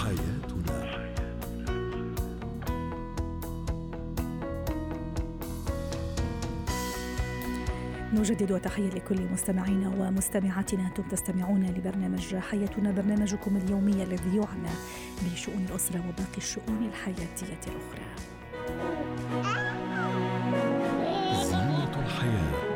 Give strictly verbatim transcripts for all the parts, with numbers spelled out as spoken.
حياتنا. نجدد تحية لكل مستمعينا ومستمعاتنا. أنتم تستمعون لبرنامج حياتنا، برنامجكم اليومي الذي يعنى بشؤون الأسرة وباقي الشؤون الحياتية الأخرى. زينة الحياة.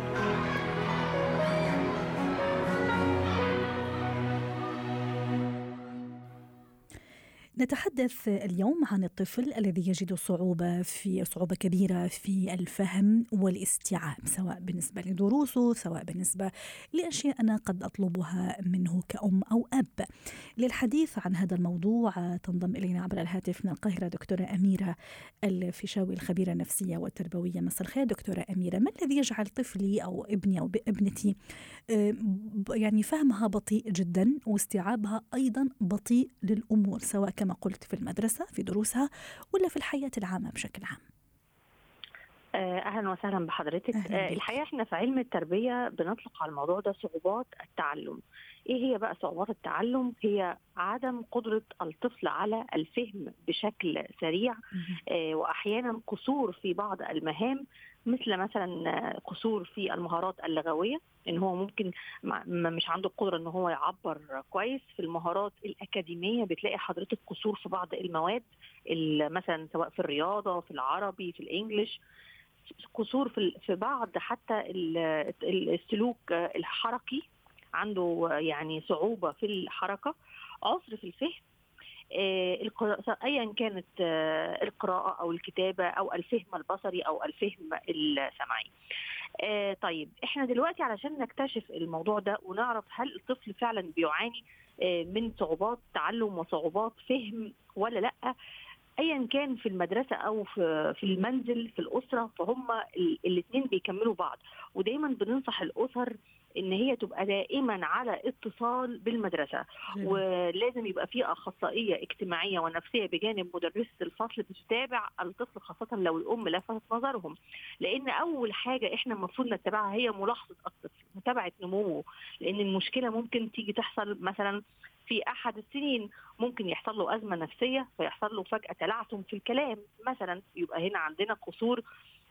نتحدث اليوم عن الطفل الذي يجد صعوبة في صعوبة كبيرة في الفهم والاستيعاب، سواء بالنسبة لدروسه، سواء بالنسبة لأشياء أنا قد أطلبها منه كأم أو أب. للحديث عن هذا الموضوع تنضم إلينا عبر الهاتف من القاهرة دكتورة أميرة الفيشاوي، الخبيرة النفسية والتربوية. مساء الخير دكتورة أميرة. ما الذي يجعل طفلي أو ابني أو ابنتي يعني فهمها بطيء جدا واستيعابها أيضا بطيء للأمور، سواء كما قلت في المدرسة في دروسها ولا في الحياة العامة بشكل عام؟ أهلا وسهلا بحضرتك. الحقيقة احنا في علم التربية بنطلق على الموضوع ده صعوبات التعلم. ايه هي بقى صعوبات التعلم؟ هي عدم قدرة الطفل على الفهم بشكل سريع، آه واحيانا قصور في بعض المهام، مثل مثلا قصور في المهارات اللغوية، ان هو ممكن مش عنده القدرة ان هو يعبر كويس. في المهارات الأكاديمية بتلاقي حضرتك قصور في بعض المواد، مثلا سواء في الرياضة، في العربي، في الإنجليش، قصور في في بعض حتى السلوك الحركي، عنده يعني صعوبة في الحركة، عسر في الفهم، ايا كانت القراءة او الكتابة او الفهم البصري او الفهم السمعي. طيب احنا دلوقتي علشان نكتشف الموضوع ده ونعرف هل الطفل فعلا بيعاني من صعوبات تعلم وصعوبات فهم ولا لا، ايا كان في المدرسة او في في المنزل في الأسرة، فهم الاثنين بيكملوا بعض. ودايما بننصح الأسر ان هي تبقى دائما على اتصال بالمدرسة، ولازم يبقى في اخصائية اجتماعية ونفسية بجانب مدرسة الفصل تتابع الطفل، خاصة لو الام لفتت نظرهم، لان اول حاجة احنا المفروض نتبعها هي ملاحظة الطفل، متابعة نموه، لان المشكلة ممكن تيجي تحصل مثلا في أحد السنين، ممكن يحصل له أزمة نفسية فيحصل له فجأة تلعثم في الكلام مثلا، يبقى هنا عندنا قصور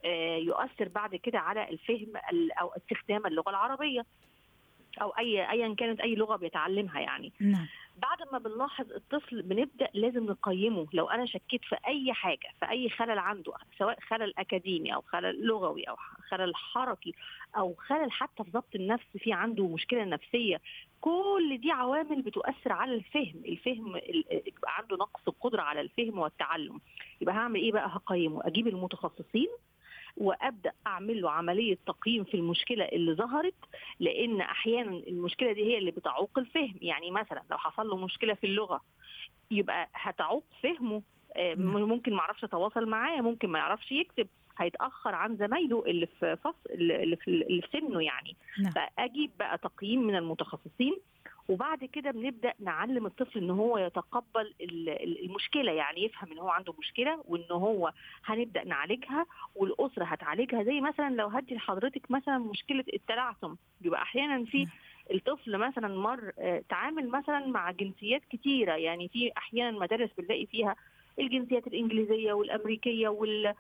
يؤثر بعد كده على الفهم أو استخدام اللغة العربية أو أي أيا كانت أي لغة بيتعلمها يعني. نعم. بعد ما بنلاحظ الطفل بنبدأ لازم نقيمه. لو أنا شكيت في أي حاجة، في أي خلل عنده، سواء خلل أكاديمي أو خلل لغوي أو خلل حركي أو خلل حتى في ضبط النفس، في عنده مشكلة نفسية، كل دي عوامل بتؤثر على الفهم. الفهم يبقى عنده نقص القدرة على الفهم والتعلم. يبقى هعمل إيه بقى؟ هقيمه، أجيب المتخصصين وأبدأ أعمل له عملية تقييم في المشكلة اللي ظهرت، لأن أحيانا المشكلة دي هي اللي بتعوق الفهم. يعني مثلا لو حصل له مشكلة في اللغة يبقى هتعوق فهمه، ممكن ما يعرفش يتواصل معاه، ممكن ما يعرفش يكتب، هيتأخر عن زمايله اللي في فصل اللي في, اللي في سنه يعني. فأجيب بقى تقييم من المتخصصين، وبعد كده بنبدأ نعلم الطفل ان هو يتقبل المشكلة، يعني يفهم ان هو عنده مشكلة وان هو هنبدأ نعالجها والأسرة هتعالجها. زي مثلا لو هدي لحضرتك مثلا مشكلة التلعثم، يبقى احيانا في الطفل مثلا مر تعامل مثلا مع جنسيات كتيرة، يعني في احيانا مدارس بنلاقي فيها الجنسيات الإنجليزية والأمريكية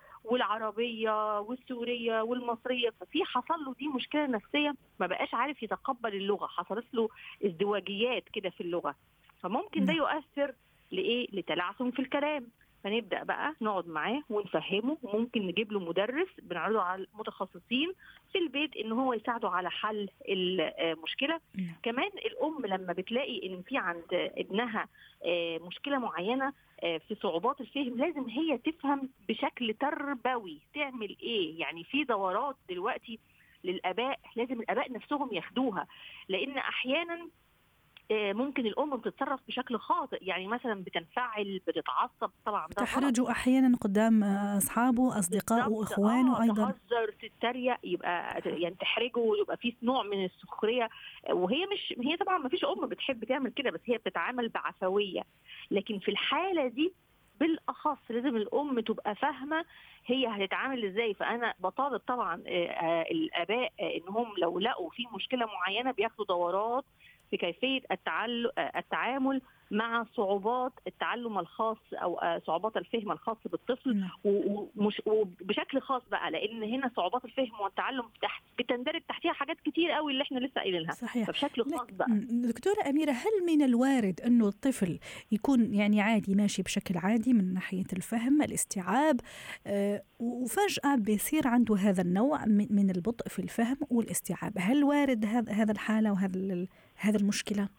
والعربية والسورية والمصرية، ففي حصل له دي مشكلة نفسية، ما بقاش عارف يتقبل اللغة، حصلت له ازدواجيات كده في اللغة، فممكن ده يؤثر لإيه؟ لتلعثم في الكلام. فنبدأ بقى نقعد معاه ونفهمه، وممكن نجيب له مدرس بنعرضه على المتخصصين في البيت ان هو يساعده على حل المشكلة. كمان الأم لما بتلاقي ان في عند ابنها مشكلة معينة في صعوبات الفهم، لازم هي تفهم بشكل تربوي تعمل ايه. يعني في دورات دلوقتي للآباء لازم الآباء نفسهم ياخدوها، لأن أحيانا ممكن الأم بتتصرف بشكل خاطئ، يعني مثلا بتنفعل، بتتعصب، طبعا ده تحرجوا أحيانا قدام أصحابه، أصدقائه وإخوانه، آه أيضا تهزر، تتريق، يبقى يعني تحرجه، يبقى في نوع من السخرية. وهي مش هي طبعا ما فيش أم بتحب تعمل كده، بس هي بتتعامل بعفوية. لكن في الحالة دي بالأخص لازم الأم تبقى فاهمة هي هتتعامل إزاي. فأنا بطالب طبعا الآباء إنهم لو لقوا في مشكلة معينة بياخدوا دورات في كيفيه التعامل مع صعوبات التعلم الخاص او صعوبات الفهم الخاص بالطفل، ومش وبشكل خاص بقى، لان هنا صعوبات الفهم والتعلم تحت بتندرج تحتها حاجات كتير قوي اللي احنا لسه قايلينها. صحيح. فبشكل خاص بقى. دكتوره اميره، هل من الوارد انه الطفل يكون يعني عادي ماشي بشكل عادي من ناحيه الفهم الاستيعاب، آه وفجاه بيصير عنده هذا النوع من البطء في الفهم والاستيعاب؟ هل وارد هذا هذا الحاله وهذا هذا المشكله؟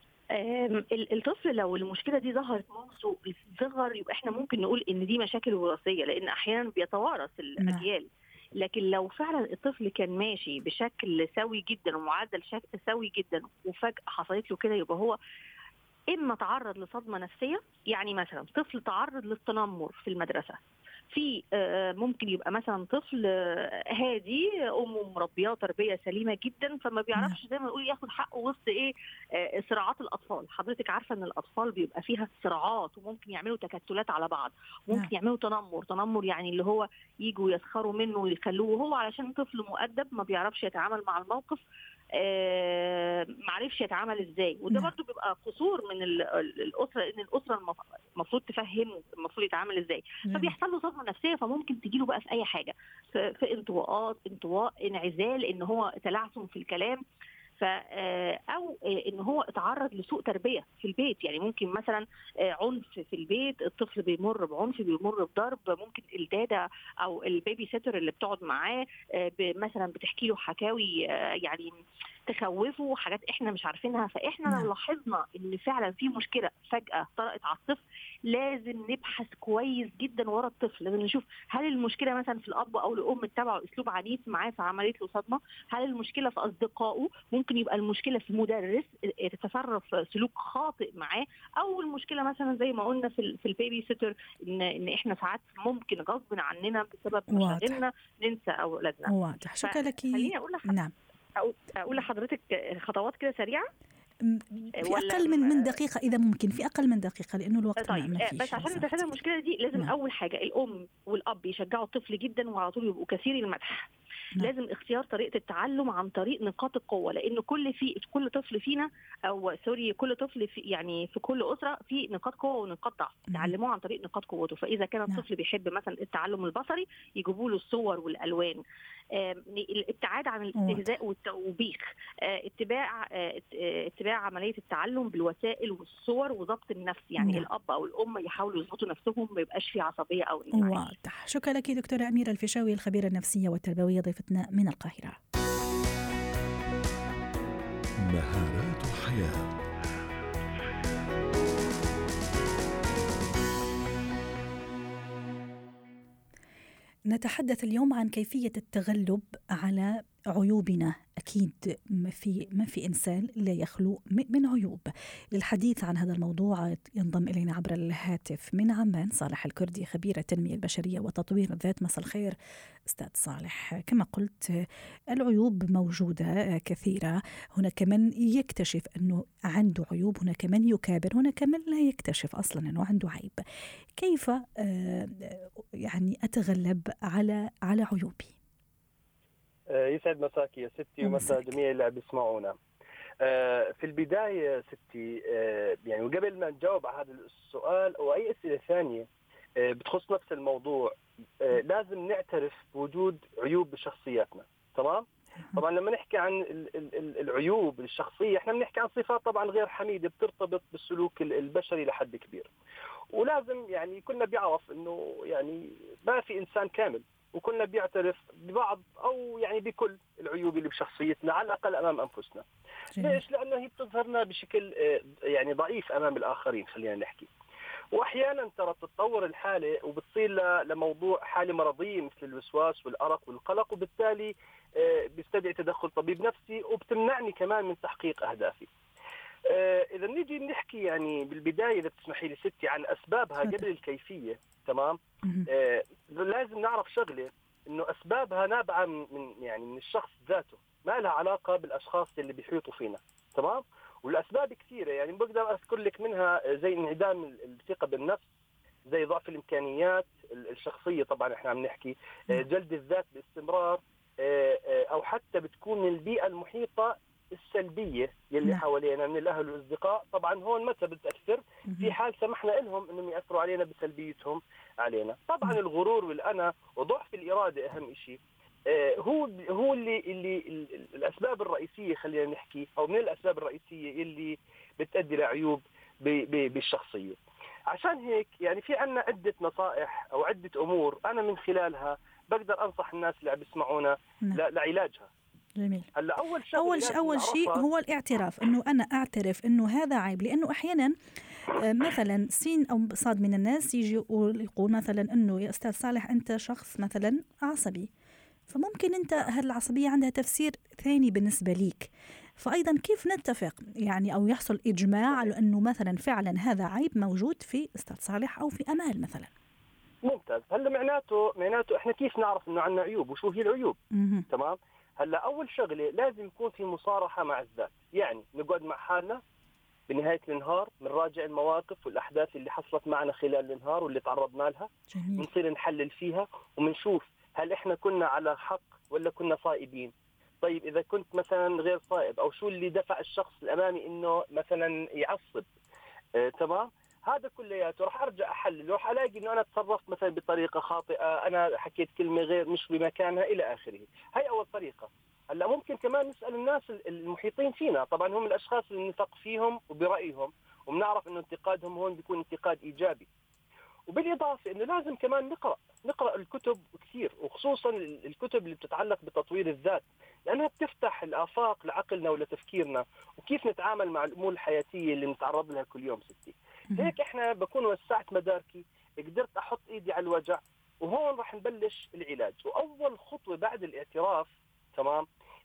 الطفل لو المشكله دي ظهرت منذ الصغر يبقى احنا ممكن نقول ان دي مشاكل وراثيه، لان احيانا بيتوارث الاجيال. لكن لو فعلا الطفل كان ماشي بشكل سوي جدا ومعدل شكل سوي جدا وفجاه حصلت له كده، يبقى هو اما تعرض لصدمه نفسيه. يعني مثلا طفل تعرض للتنمر في المدرسه، في ممكن يبقى مثلا طفل هادي امه مربيه تربيه سليمه جدا، فما بيعرفش زي ما نقول ياخد حقه وسط ايه صراعات الاطفال. حضرتك عارفه ان الاطفال بيبقى فيها صراعات وممكن يعملوا تكتلات على بعض، ممكن يعملوا تنمر. تنمر يعني اللي هو يجوا يسخروا منه ويخلوه هو علشان طفل مؤدب ما بيعرفش يتعامل مع الموقف، آه معرفش يتعامل ازاي. وده برضو بيبقى قصور من الاسره، ان الاسره المفروض تفهمه المفروض يتعامل ازاي. فبيحصل له صدمه نفسيه، فممكن تجيله بقى في اي حاجه، في, في انطواءات انطواء انعزال، ان هو تلعثم في الكلام، ف او ان هو اتعرض لسوء تربيه في البيت. يعني ممكن مثلا عنف في البيت، الطفل بيمر بعنف، بيمر بضرب، ممكن الداده او البيبي سيتر اللي بتقعد معاه مثلا بتحكي له حكاوي يعني تخوفه، حاجات احنا مش عارفينها. فاحنا لو لاحظنا ان فعلا في مشكله فجاه طرقت على الطفل، لازم نبحث كويس جدا ورا الطفل. لازم نشوف هل المشكله مثلا في الاب او الام اتبعوا اسلوب عنيف معاه فعملت له صدمه، هل المشكله في اصدقائه، ممكن يبقى المشكله في مدرس تتصرف سلوك خاطئ معاه، او المشكله مثلا زي ما قلنا في في البيبي سيتر، ان ان احنا ساعات ممكن غصب عننا بسبب مشاغلنا ننسى اولادنا. واضح. شكرا لك. خليني اقول لحضرتك نعم اقول لحضرتك خطوات كده سريعه في اقل من من دقيقه اذا ممكن، في اقل من دقيقه لانه الوقت طيب. ما فيش. بس عشان نتفادى المشكله دي لازم نعم. اول حاجه الام والاب يشجعوا الطفل جدا وعلى طول يبقوا كثير المدح. نعم. لازم اختيار طريقه التعلم عن طريق نقاط القوه، لان كل في كل طفل فينا او سوري كل طفل في يعني في كل اسره في نقاط قوه ونقاط ضعف، تعلموه عن طريق نقاط قوته. فاذا كان نعم. الطفل بيحب مثلا التعلم البصري يجيبوا له الصور والالوان، الابتعاد عن الاستهزاء والتوبيخ، اتباع اتباع عمليه التعلم بالوسائل والصور وضبط النفس. يعني نعم. الاب او الام يحاولوا يضبطوا نفسهم، ما يبقاش في عصبيه او انفعال. واضح. شكرا لك دكتوره اميره الفيشاوي، الخبيره النفسيه والتربويه، ضيفتنا من القاهره. مهارات الحياه. نتحدث اليوم عن كيفية التغلب على عيوبنا. أكيد ما في ما في إنسان لا يخلو من عيوب. للحديث عن هذا الموضوع ينضم إلينا عبر الهاتف من عمان صالح الكردي، خبير التنمية البشرية وتطوير الذات. مساء الخير أستاذ صالح. كما قلت العيوب موجودة كثيرة، هناك من يكتشف أنه عنده عيوب، هناك من يكابر، هناك من لا يكتشف أصلا أنه عنده عيب. كيف يعني أتغلب على على عيوبي؟ يسعد مساكي يا ستي ومساء جميع اللي عم بيسمعونا. في البداية ستي يعني وقبل ما نجاوب على هذا السؤال أو أي أسئلة ثانية بتخص نفس الموضوع، لازم نعترف بوجود عيوب بشخصياتنا. تمام؟ طبعا لما نحكي عن العيوب الشخصية احنا بنحكي عن صفات طبعا غير حميدة بترتبط بالسلوك البشري لحد كبير، ولازم يعني كلنا بيعرف انه يعني ما في انسان كامل، وكلنا بيعترف ببعض او يعني بكل العيوب اللي بشخصيتنا على الاقل امام انفسنا. ليش؟ لانه هي بتظهرنا بشكل يعني ضعيف امام الاخرين، خلينا نحكي. واحيانا ترى بتتطور الحاله وبتصير لموضوع حاله مرضيه مثل الوسواس والارق والقلق، وبالتالي بيستدعي تدخل طبيب نفسي وبتمنعني كمان من تحقيق اهدافي. اذا نيجي نحكي يعني بالبدايه اذا بتسمحي لي ستي عن اسبابها قبل الكيفيه، تمام؟ آه لازم نعرف شغله، انه اسبابها نابعه من يعني من الشخص ذاته، ما لها علاقه بالاشخاص اللي بيحيطوا فينا. تمام؟ والاسباب كثيره، يعني بقدر اذكر لك منها زي انعدام الثقه بالنفس، زي ضعف الامكانيات الشخصيه، طبعا احنا عم نحكي جلد الذات باستمرار، او حتى بتكون البيئه المحيطه السلبيه يلي نعم. حوالينا من الاهل والاصدقاء طبعا هون متى بتاثر في حال سمحنا لهم انهم ياثروا علينا بسلبيتهم علينا. طبعا نعم. الغرور والانا وضعف الاراده اهم شيء هو هو اللي اللي الاسباب الرئيسيه خلينا نحكي، او من الاسباب الرئيسيه اللي بتؤدي لعيوب بالشخصيه. عشان هيك يعني في عنا عده نصائح او عده امور انا من خلالها بقدر انصح الناس اللي عم يسمعونا نعم. لعلاجها. جميل. هلا اول شيء اول شيء اول شيء هو الاعتراف، انه انا اعترف انه هذا عيب، لانه احيانا مثلا سين او صاد من الناس يجي يقول مثلا انه يا استاذ صالح انت شخص مثلا عصبي، فممكن انت هالعصبيه عندها تفسير ثاني بالنسبه ليك. فايضا كيف نتفق يعني او يحصل اجماع على انه مثلا فعلا هذا عيب موجود في استاذ صالح او في امال مثلا. ممتاز. هلا معناته معناته احنا كيف نعرف انه عندنا عيوب وشو هي العيوب؟ م- تمام. هلا اول شغله لازم يكون في مصارحه مع الذات، يعني نقعد مع حالنا بنهايه النهار بنراجع المواقف والاحداث اللي حصلت معنا خلال النهار واللي تعرضنا لها، بنصير نحلل فيها وبنشوف هل احنا كنا على حق ولا كنا صائبين. طيب اذا كنت مثلا غير صائب او شو اللي دفع الشخص الامامي انه مثلا يعصب، آه، تمام. هذا كلياته راح ارجع احلل، راح الاقي انه انا تصرفت مثلا بطريقه خاطئه، انا حكيت كلمه غير مش بمكانها الى اخره. هي اول طريقه. هلا ممكن كمان نسال الناس المحيطين فينا، طبعا هم الاشخاص اللي نثق فيهم وبرايهم وبنعرف انه انتقادهم هون بيكون انتقاد ايجابي. وبالاضافه انه لازم كمان نقرا نقرا الكتب كثير، وخصوصا الكتب اللي بتتعلق بتطوير الذات، لانها بتفتح الافاق لعقلنا ولتفكيرنا وكيف نتعامل مع الامور الحياتيه اللي نتعرض لها كل يوم ستي. هيك احنا بكون وسعت مداركي، قدرت احط ايدي على الوجع، وهون راح نبلش العلاج. واول خطوه بعد الاعتراف تمام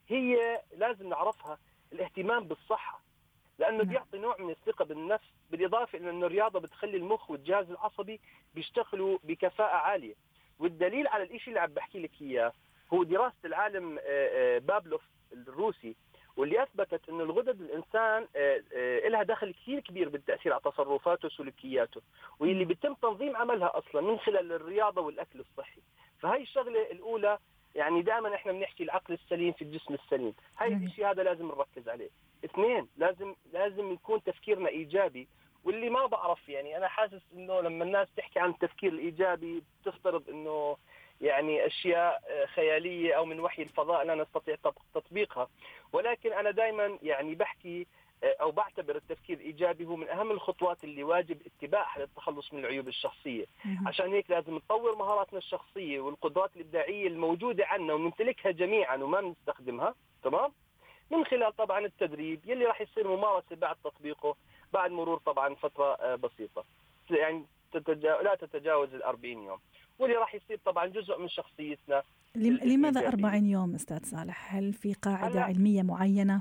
هي لازم نعرفها الاهتمام بالصحه، لانه بيعطي نوع من الثقه بالنفس، بالاضافه الى انه الرياضه بتخلي المخ والجهاز العصبي بيشتغلوا بكفاءه عاليه. والدليل على الشيء اللي عم بحكي لك اياه هو دراسه العالم بابلوف الروسي، واللي اثبتت انه الغدد الانسان لها دخل كثير كبير بالتاثير على تصرفاته وسلوكياته، واللي بيتم تنظيم عملها اصلا من خلال الرياضه والاكل الصحي. فهي الشغله الاولى، يعني دائما احنا بنحكي العقل السليم في الجسم السليم، هاي الشيء هذا لازم نركز عليه. اثنين، لازم لازم يكون تفكيرنا ايجابي. واللي ما بعرف يعني انا حاسس انه لما الناس تحكي عن التفكير الايجابي بتفترض انه يعني اشياء خياليه او من وحي الفضاء لا نستطيع تطبيقها، ولكن انا دائما يعني بحكي او بعتبر التفكير الايجابي هو من اهم الخطوات اللي واجب اتباعها للتخلص من العيوب الشخصيه. عشان هيك لازم نطور مهاراتنا الشخصيه والقدرات الابداعيه الموجوده عندنا ونمتلكها جميعا وما بنستخدمها، تمام، من خلال طبعا التدريب يلي راح يصير ممارسه بعد تطبيقه بعد مرور طبعا فتره بسيطه، يعني تتجا... لا تتجاوز الأربعين يوم، واللي راح يصير طبعا جزء من شخصيتنا. لماذا أربعين يوم أستاذ صالح؟ هل في قاعدة هلأ علمية معينة؟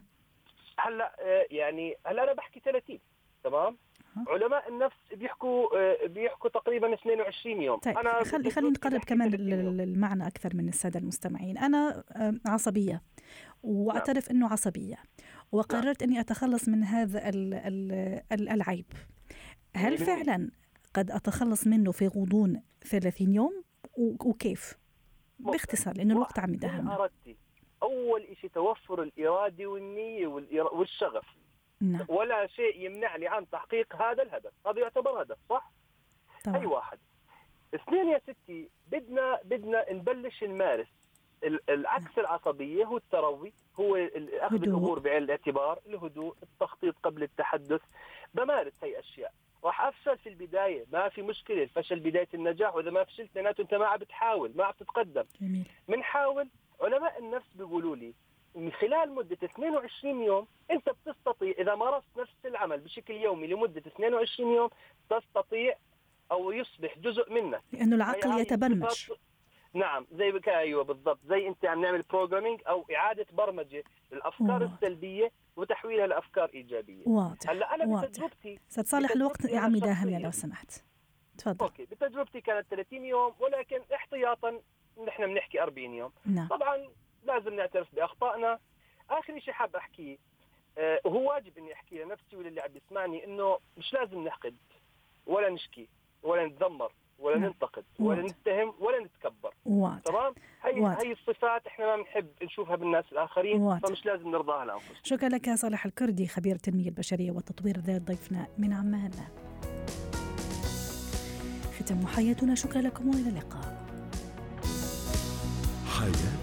هلا يعني هلا أنا بحكي ثلاثين، تمام. ه. علماء النفس بيحكوا بيحكوا تقريبا اثنين وعشرين يوم. طيب أنا خلي خلينا نقرب كمان المعنى أكثر من السادة المستمعين. أنا عصبية واعترف نعم. انه عصبيه، وقررت نعم. اني اتخلص من هذا ال ال ال العيب. هل فعلا قد اتخلص منه في غضون ثلاثين يوم وكيف؟ باختصار لانه الوقت عم يدهمنا. اول شيء توفر الاراده والنيه والشغف. نعم. ولا شيء يمنعني عن تحقيق هذا الهدف، هذا يعتبر هدف صح؟ طبعا. اي واحد. اثنين يا ستي، بدنا بدنا نبلش نمارس العكس العصبية، هو التروي، هو أخذ الأمور بعين الاعتبار، الهدوء، التخطيط قبل التحدث. بمارس هي أشياء. راح أفشل في البداية، ما في مشكلة، الفشل بداية النجاح، وإذا ما فشلت معناته أنت ما عم بتحاول، ما عم تتقدم. جميل. منحاول. علماء النفس بيقولوا لي من خلال مدة اثنين وعشرين يوم أنت بتستطيع إذا مارست نفس العمل بشكل يومي لمدة اثنين وعشرين يوم تستطيع أو يصبح جزء منك، لأنه العقل يتبرمج. نعم، زي بك ايوه بالضبط، زي انت عم نعمل بروجرامينج او اعاده برمجه للافكار واضح. السلبيه وتحويلها لافكار ايجابيه. واضح. هلا انا واضح. بتجربتي استاذ صالح الوقت يا عم يداهمنا لو سمحت. تفضل. اوكي، بتجربتي كانت ثلاثين يوم، ولكن احتياطا نحن بنحكي أربعين يوم. نعم. طبعا لازم نعترف باخطائنا. اخر شيء حاب احكيه أه وهو واجب اني احكيه لنفسي وللي عم يسمعني، انه مش لازم نحقد ولا نشكي ولا نتذمر ولا نعم. ننتقد ولا واضح. نتهم ولا نتكبر. واضح. تمام. هي واضح. هي الصفات احنا ما بنحب نشوفها بالناس الاخرين، واضح. فمش لازم نرضاها لانفسنا. شكرا لك صالح الكردي، خبير التنمية البشرية والتطوير الذاتي، ضيفنا من عمان. ختام حياتنا، شكرا لكم وإلى اللقاء. حياتنا.